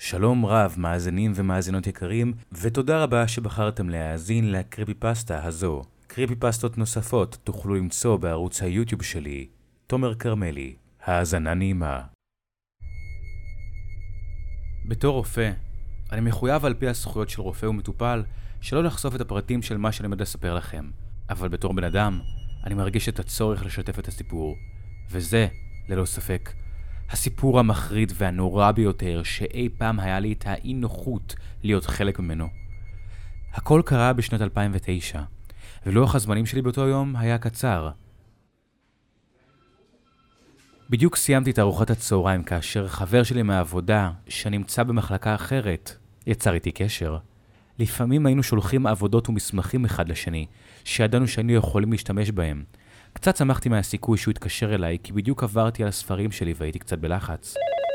שלום רב, מאזינים ומאזינות יקרים, ותודה רבה שבחרתם להאזין לקריפיפסטה הזו. קריפיפסטות נוספות תוכלו למצוא בערוץ היוטיוב שלי, תומר קרמלי. האזנה נעימה. בתור רופא, אני מחויב על פי הזכויות של רופא ומטופל שלא לחשוף את הפרטים של מה שאני עומד לספר לכם. אבל בתור בן אדם, אני מרגיש את הצורך לשתף את הסיפור. וזה, ללא ספק, הסיפור המחריד והנורא ביותר שאי פעם היה לי את האי נוחות להיות חלק ממנו. הכל קרה בשנת 2009, ולוח הזמנים שלי באותו יום היה קצר. בדיוק סיימתי את ארוחת הצהריים כאשר חבר שלי מהעבודה, שנמצא במחלקה אחרת, יצר איתי קשר. לפעמים היינו שולחים עבודות ומסמכים אחד לשני, שידענו שהיינו יכולים להשתמש בהם. קצת שמחתי מהסיכוי שהוא התקשר אליי, כי בדיוק עברתי על הספרים שלי והייתי קצת בלחץ.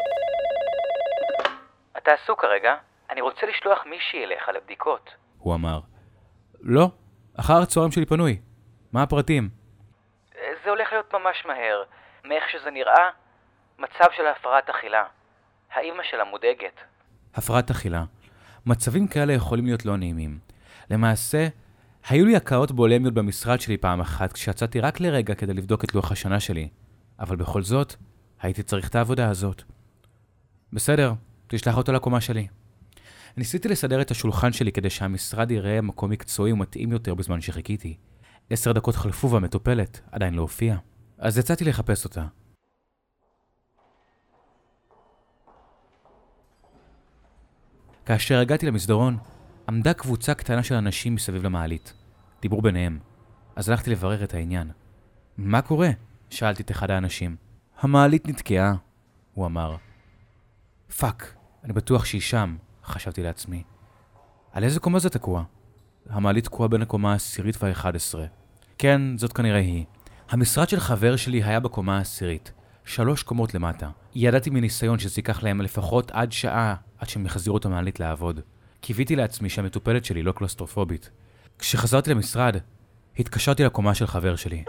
אתה עסוק כרגע? אני רוצה לשלוח מישהי אליך לבדיקות. הוא אמר. לא, אחר הצהריים שלי פנוי. מה הפרטים? זה הולך להיות ממש מהר. מאיך שזה נראה, מצב של הפרעת אכילה. האמא שלה מודאגת. הפרעת אכילה. מצבים כאלה יכולים להיות לא נעימים. למעשה, היו לי הקאות בולמיות במשרד שלי פעם אחת כשיצאתי רק לרגע כדי לבדוק את לוח השנה שלי. אבל בכל זאת, הייתי צריך את העבודה הזאת. בסדר, תשלח אותו לקומה שלי. ניסיתי לסדר את השולחן שלי כדי שהמשרד יראה מקום מקצועי ומתאים יותר בזמן שחיכיתי. 10 דקות חלפו והמטופלת עדיין לא הופיעה. אז יצאתי לחפש אותה. כאשר הגעתי למסדרון, עמדה קבוצה קטנה של אנשים מסביב למעלית. דיברו ביניהם. אז הלכתי לברר את העניין. מה קורה? שאלתי את אחד האנשים. המעלית נתקעה, הוא אמר. פאק, אני בטוח שהיא שם, חשבתי לעצמי. על איזה קומה זה תקוע? המעלית תקועה בין הקומה ה10 וה11. כן, זאת כנראה היא. המשרד של חבר שלי היה בקומה ה10, 3 קומות למטה. ידעתי מניסיון שזה ייקח להם לפחות עד שעה עד שהם יחזירו את המעלית לעבוד. קיוויתי לעצמי שהמטופלת שלי לא קלוסטרופובית. כשחזרתי למשרד, התקשרתי לקומה של חבר שלי.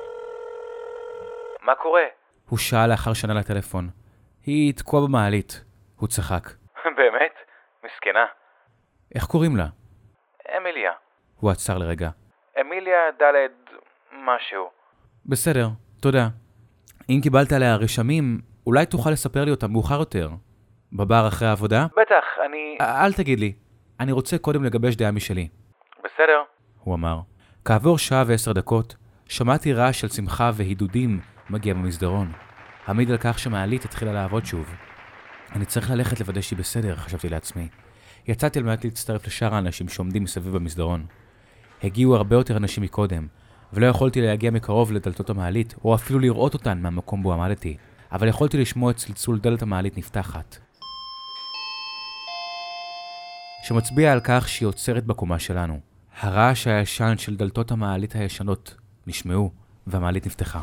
מה קורה? הוא שאל לאחר שנה לטלפון. היא תקועה במעלית. הוא צחק. באמת? מסכנה. איך קוראים לה? אמיליה. הוא עצר לרגע. אמיליה ד' משהו. בסדר, תודה. אם קיבלת עליה רשמים, אולי תוכל לספר לי אותם מאוחר יותר. בבר אחרי העבודה? בטח, אני... אל תגיד לי. אני רוצה קודם לגבש דעה משלי. בסדר. הוא אמר. כעבור שעה ו10 דקות, שמעתי רעש של שמחה והידודים מגיע במסדרון. עמיד על כך שמעלית התחילה לעבוד שוב. אני צריך ללכת לוודא שהיא בסדר, חשבתי לעצמי. יצאתי על מנת להצטרף לשאר האנשים שעומדים מסביב במסדרון. הגיעו הרבה יותר אנשים מקודם, ולא יכולתי להגיע מקרוב לדלתות המעלית, או אפילו לראות אותן מהמקום בו עמדתי, אבל יכולתי לשמוע את צלצול דלת המעלית נפתחת. שמצביע על כך שהיא עוצרת בקומה שלנו. הרעש הישן של דלתות המעלית הישנות נשמעו, והמעלית נפתחה.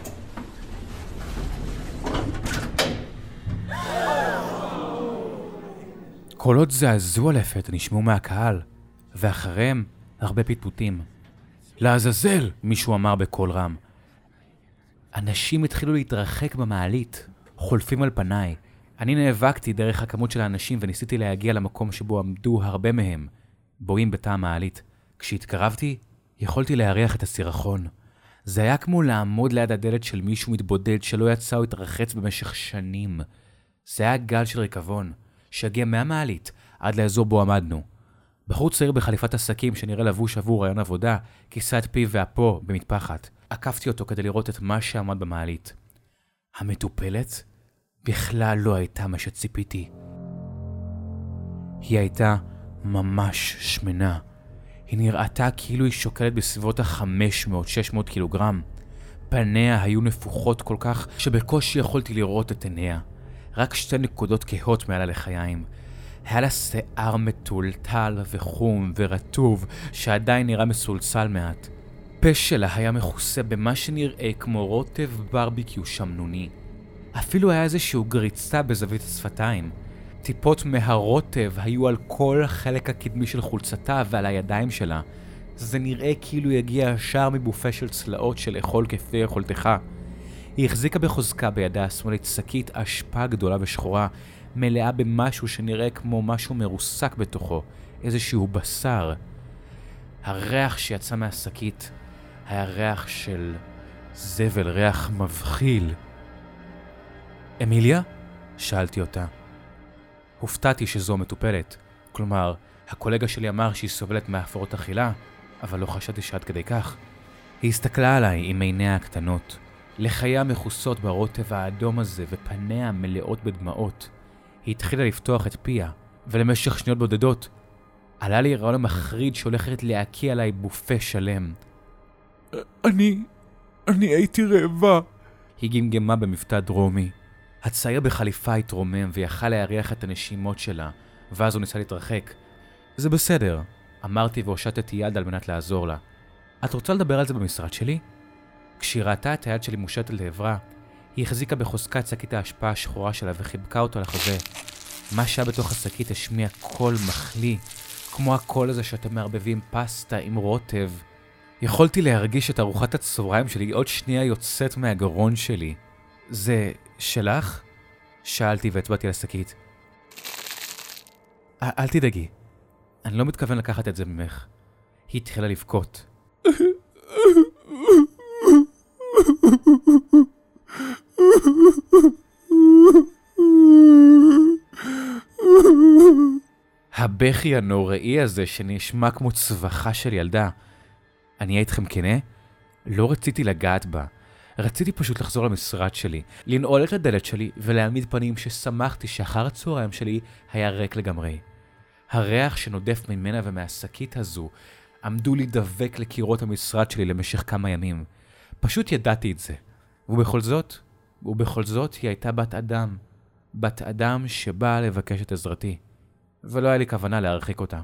קולות זעזוע לפתע נשמעו מהקהל, ואחריהם הרבה פטפוטים. לעזאזל, מישהו אמר בקול רם. אנשים התחילו להתרחק במעלית, חולפים על פניי. אני נאבקתי דרך הכמות של האנשים וניסיתי להגיע למקום שבו עמדו הרבה מהם, בואים בתא המעלית. כשהתקרבתי, יכולתי להריח את הסירחון. זה היה כמו לעמוד ליד הדלת של מישהו מתבודד שלא יצא או התרחץ במשך שנים. זה היה גל של ריקבון, שהגיע מהמעלית עד לאזור בו עמדנו. בחור צעיר בחליפת עסקים שנראה לבוש עבור רעיון עבודה, כיסה את פיו ואפו במטפחת. עקפתי אותו כדי לראות את מה שעמד במעלית. המטופלת בכלל לא הייתה מה שציפיתי. היא הייתה ממש שמנה. היא נראתה כאילו היא שוקלת בסביבות ה-500-600 קילוגרם. פניה היו נפוחות כל כך שבקושי יכולתי לראות את עיניה. רק 2 נקודות כהות מעל הלחיים. היה לה שיער מטולטל וחום ורטוב שעדיין נראה מסולסל מעט. פה שלה היה מכוסה במה שנראה כמו רוטב ברביקיו שמנוני. אפילו היה איזשהו גריצה בזווית השפתיים. טיפות מהרוטב היו על כל החלק הקדמי של חולצתה ועל הידיים שלה. זה נראה כאילו יגיע ישר מבופה של צלעות של אכול כפי יכולתך. היא החזיקה בחוזקה בידה השמאלית שקית אשפה גדולה ושחורה, מלאה במשהו שנראה כמו משהו מרוסק בתוכו, איזשהו בשר. הריח שיצא מהשקית היה ריח של זבל, ריח מבחיל. אמיליה? שאלתי אותה. הופתעתי שזו מטופלת. כלומר, הקולגה שלי אמר שהיא סובלת מהפרעות אכילה, אבל לא חשבתי שעד כדי כך. היא הסתכלה עליי עם עיניה הקטנות, לחייה מכוסות ברוטב האדום הזה ופניה מלאות בדמעות. היא התחילה לפתוח את פיה, ולמשך שניות בודדות, עלה לי רעיון מחריד שהולכת להקיע עליי בופה שלם. אני הייתי רעבה. היא גמגמה במבטא דרומי. הצעיר בחליפה התרומם ויכל להריח את הנשימות שלה, ואז הוא ניסה להתרחק. זה בסדר, אמרתי והושטתי יד על מנת לעזור לה. את רוצה לדבר על זה במשרד שלי? כשהיא ראתה את היד שלי מושטת לעברה, היא החזיקה בחוזקה את שקית ההשפעה השחורה שלה וחיבקה אותו לחזה. מה שהיה בתוך השקית השמיע קול מחלי, כמו הקול הזה שאתם מערבבים פסטה עם רוטב. יכולתי להרגיש את ארוחת הצהריים שלי עוד שנייה יוצאת מהגרון שלי. זה שלך? שאלתי והצבעתי על השקית. אל תדאגי, אני לא מתכוון לקחת את זה ממך. היא התחילה לבכות. הבכי הנוראי הזה שנשמע כמו צווחה של ילדה. אני אהיה איתכם כנה? לא רציתי לגעת בה. רציתי פשוט לחזור למשרד שלי, לנעול את הדלת שלי ולהעמיד פנים ששמחתי שאחר הצהריים שלי היה ריק לגמרי. הריח שנודף ממנה ומהשקית הזו עמדו לי דבק לקירות המשרד שלי למשך כמה ימים. פשוט ידעתי את זה. ובכל זאת היא הייתה בת אדם. בת אדם שבאה לבקש את עזרתי. ולא היה לי כוונה להרחיק אותה.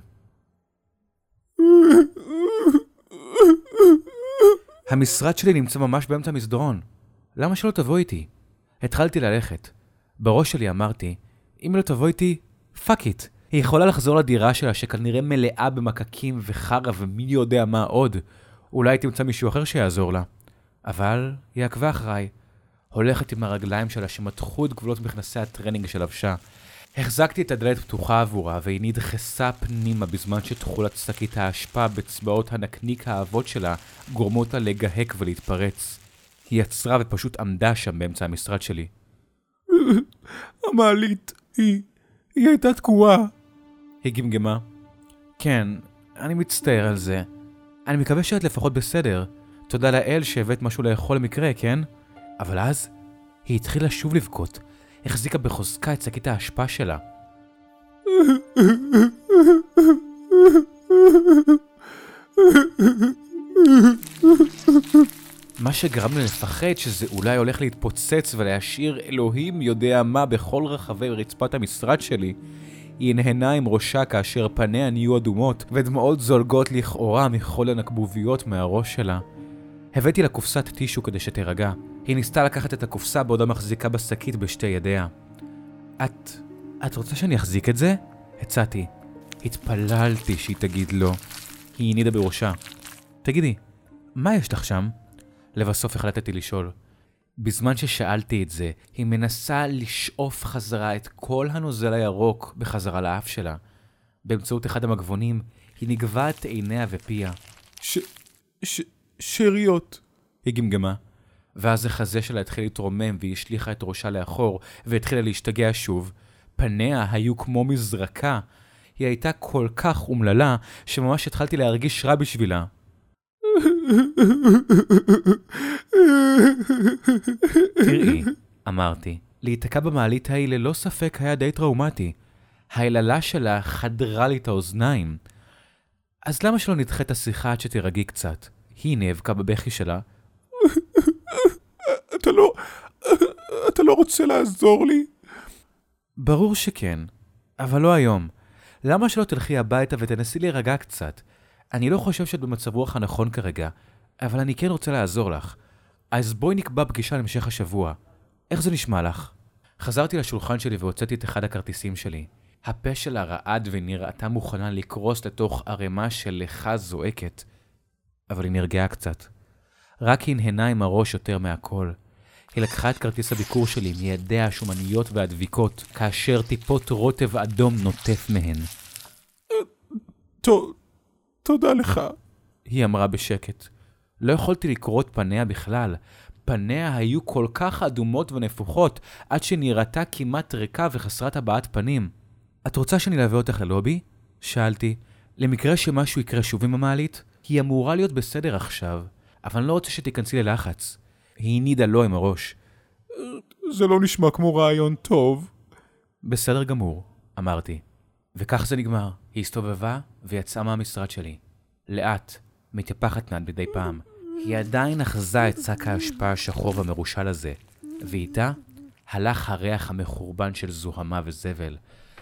המשרד שלי נמצא ממש באמצע המסדרון. למה שלא תבוא איתי? התחלתי ללכת. בראש שלי אמרתי, אם לא תבוא איתי, פאק איט. היא יכולה לחזור לדירה שלה שכנראה מלאה במקקים וחרה ומי יודע מה עוד. אולי תמצא מישהו אחר שיעזור לה. אבל היא עקבה אחריי. הולכת עם הרגליים שלה שמתחו את גבולות מכנסי הטרנינג של לבשה. החזקתי את הדלת פתוחה עבורה והיא נדחסה פנימה בזמן שתכולת שקית ההשפעה בצבאות הנקניק האבות שלה גורמות לה לגהק ולהתפרץ. היא יצרה ופשוט עמדה שם באמצע המשרד שלי. המעלית, היא הייתה תקועה. היא גמגמה. כן, אני מצטער על זה. אני מקווה שאת לפחות בסדר. תודה לאל שהבאת משהו לאכול למקרה, כן? אבל אז היא התחילה שוב לבכות. החזיקה בחוזקה את שקית ההשפעה שלה. מה שגרם לי לפחד שזה אולי הולך להתפוצץ ולהשאיר אלוהים יודע מה בכל רחבי רצפת המשרד שלי. היא הנהנה עם ראשה כאשר פניה נהיו אדומות ודמעות זולגות לכאורה מכל הנקבוביות מהראש שלה. הבאתי לה קופסת טישו כדי שתרגע. היא ניסתה לקחת את הקופסה בעודה מחזיקה בשקית בשתי ידיה. את רוצה שאני אחזיק את זה? הצעתי. התפללתי שהיא תגיד לא. היא הנידה בראשה. תגידי, מה יש לך שם? לבסוף החלטתי לשאול. בזמן ששאלתי את זה, היא מנסה לשאוף חזרה את כל הנוזל הירוק בחזרה לאף שלה. באמצעות אחד המגבונים, היא נגבה את עיניה ופיה. שאריות. היא גמגמה. ואז החזה שלה התחיל להתרומם והיא השליחה את ראשה לאחור והתחילה להשתגע שוב. פניה היו כמו מזרקה. היא הייתה כל כך אומללה שממש התחלתי להרגיש רע בשבילה. תראי, אמרתי, להתקע במעלית ההיא ללא ספק היה די טראומטי. ההיללה שלה חדרה לי את האוזניים. אז למה שלא נדחה את השיחה עד שתירגעי קצת? היא נאבקה בבכי שלה. אתה לא רוצה לעזור לי? ברור שכן, אבל לא היום. למה שלא תלכי הביתה ותנסי להירגע קצת? אני לא חושב שאת במצב רוח הנכון כרגע, אבל אני כן רוצה לעזור לך. אז בואי נקבע פגישה להמשך השבוע. איך זה נשמע לך? חזרתי לשולחן שלי והוצאתי את אחד הכרטיסים שלי. הפה שלה רעד ונראתה מוכנה לקרוס לתוך ערימה של לך זועקת. אבל היא נרגעה קצת. רק היא הנהנה עם הראש יותר מהכל. היא לקחה את כרטיס הביקור שלי מידיה השומניות והדביקות, כאשר טיפות רוטב אדום נוטף מהן. תודה לך. היא אמרה בשקט. לא יכולתי לקרוא את פניה בכלל. פניה היו כל כך אדומות ונפוחות, עד שנראתה כמעט ריקה וחסרת הבעת פנים. את רוצה שאני אלווה אותך ללובי? שאלתי. למקרה שמשהו יקרה שוב עם המעלית, היא אמורה להיות בסדר עכשיו, אבל אני לא רוצה שתיכנסי ללחץ. היא נידה לו עם הראש. זה לא נשמע כמו רעיון טוב. בסדר גמור, אמרתי. וכך זה נגמר. היא הסתובבה ויצאה מהמשרד שלי. לאט, מתייפחת נעד מדי פעם. היא עדיין אחזה את שק ההשפעה השחור והמרושל הזה, ואיתה הלך הריח המחורבן של זוהמה וזבל.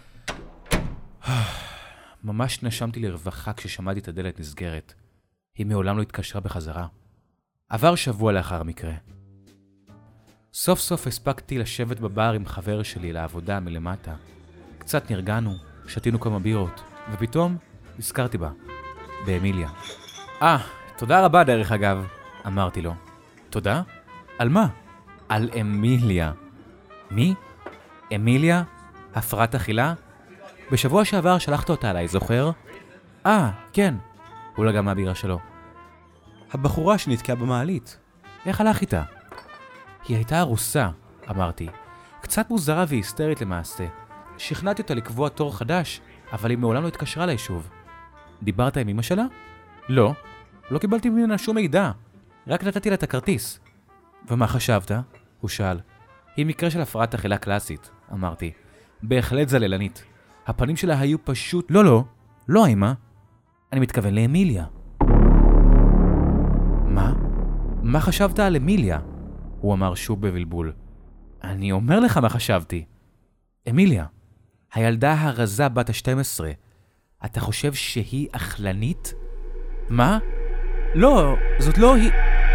ממש נשמתי לרווחה כששמעתי את הדלת נסגרת. היא מעולם לא התקשרה בחזרה. עבר שבוע לאחר המקרה. סוף סוף הספקתי לשבת בבר עם חבר שלי לעבודה מלמטה. קצת נרגענו, שתינו כמה בירות, ופתאום הזכרתי בה, באמיליה. תודה רבה דרך אגב, אמרתי לו. תודה? על מה? על אמיליה. מי? אמיליה? הפרעת אכילה? בשבוע שעבר שלחת אותה עליי, זוכר? כן. הוא לגע מהבירה שלו. הבחורה שנתקעה במעלית. איך הלך איתה? היא הייתה ארוסה, אמרתי. קצת מוזרה והיסטרית למעשה. שכנעתי אותה לקבוע תור חדש, אבל היא מעולם לא התקשרה אליי שוב. דיברת עם אמא שלה? לא. לא קיבלתי ממנה שום מידע. רק נתתי לה את הכרטיס. ומה חשבת? הוא שאל. היא מקרה של הפרעת אכילה קלאסית, אמרתי. בהחלט זללנית. הפנים שלה היו פשוט... לא אמא. אני מתכוון לאמיליה. מה? מה חשבת על אמיליה? הוא אמר שוב בבלבול. אני אומר לך מה חשבתי. אמיליה, הילדה הרזה בת ה-12. אתה חושב שהיא אכלנית? מה? לא, זאת לא היא...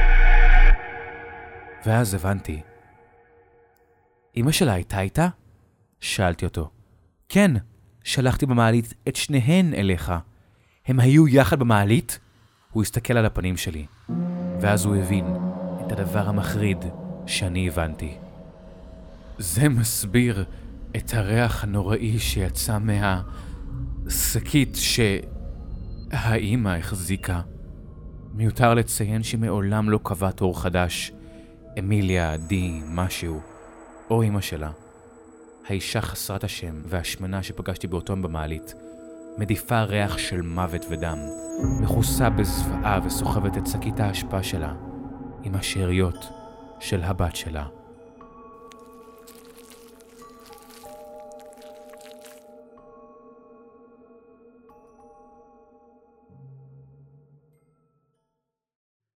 ואז הבנתי. אמא שלה הייתה איתה? שאלתי אותו. כן, שלחתי במעלית את שניהן אליך. הם היו יחד במעלית? הוא הסתכל על הפנים שלי, ואז הוא הבין את הדבר המחריד שאני הבנתי. זה מסביר את הריח הנוראי שיצא מהשקית שהאימא החזיקה. מיותר לציין שמעולם לא קבע תור חדש. אמיליה, עדי, משהו, או אמא שלה. האישה חסרת השם והשמנה שפגשתי באותו במעלית, מדיפה ריח של מוות ודם, מכוסה בזוועה וסוחבת את שקית ההשפעה שלה עם השאריות של הבת שלה.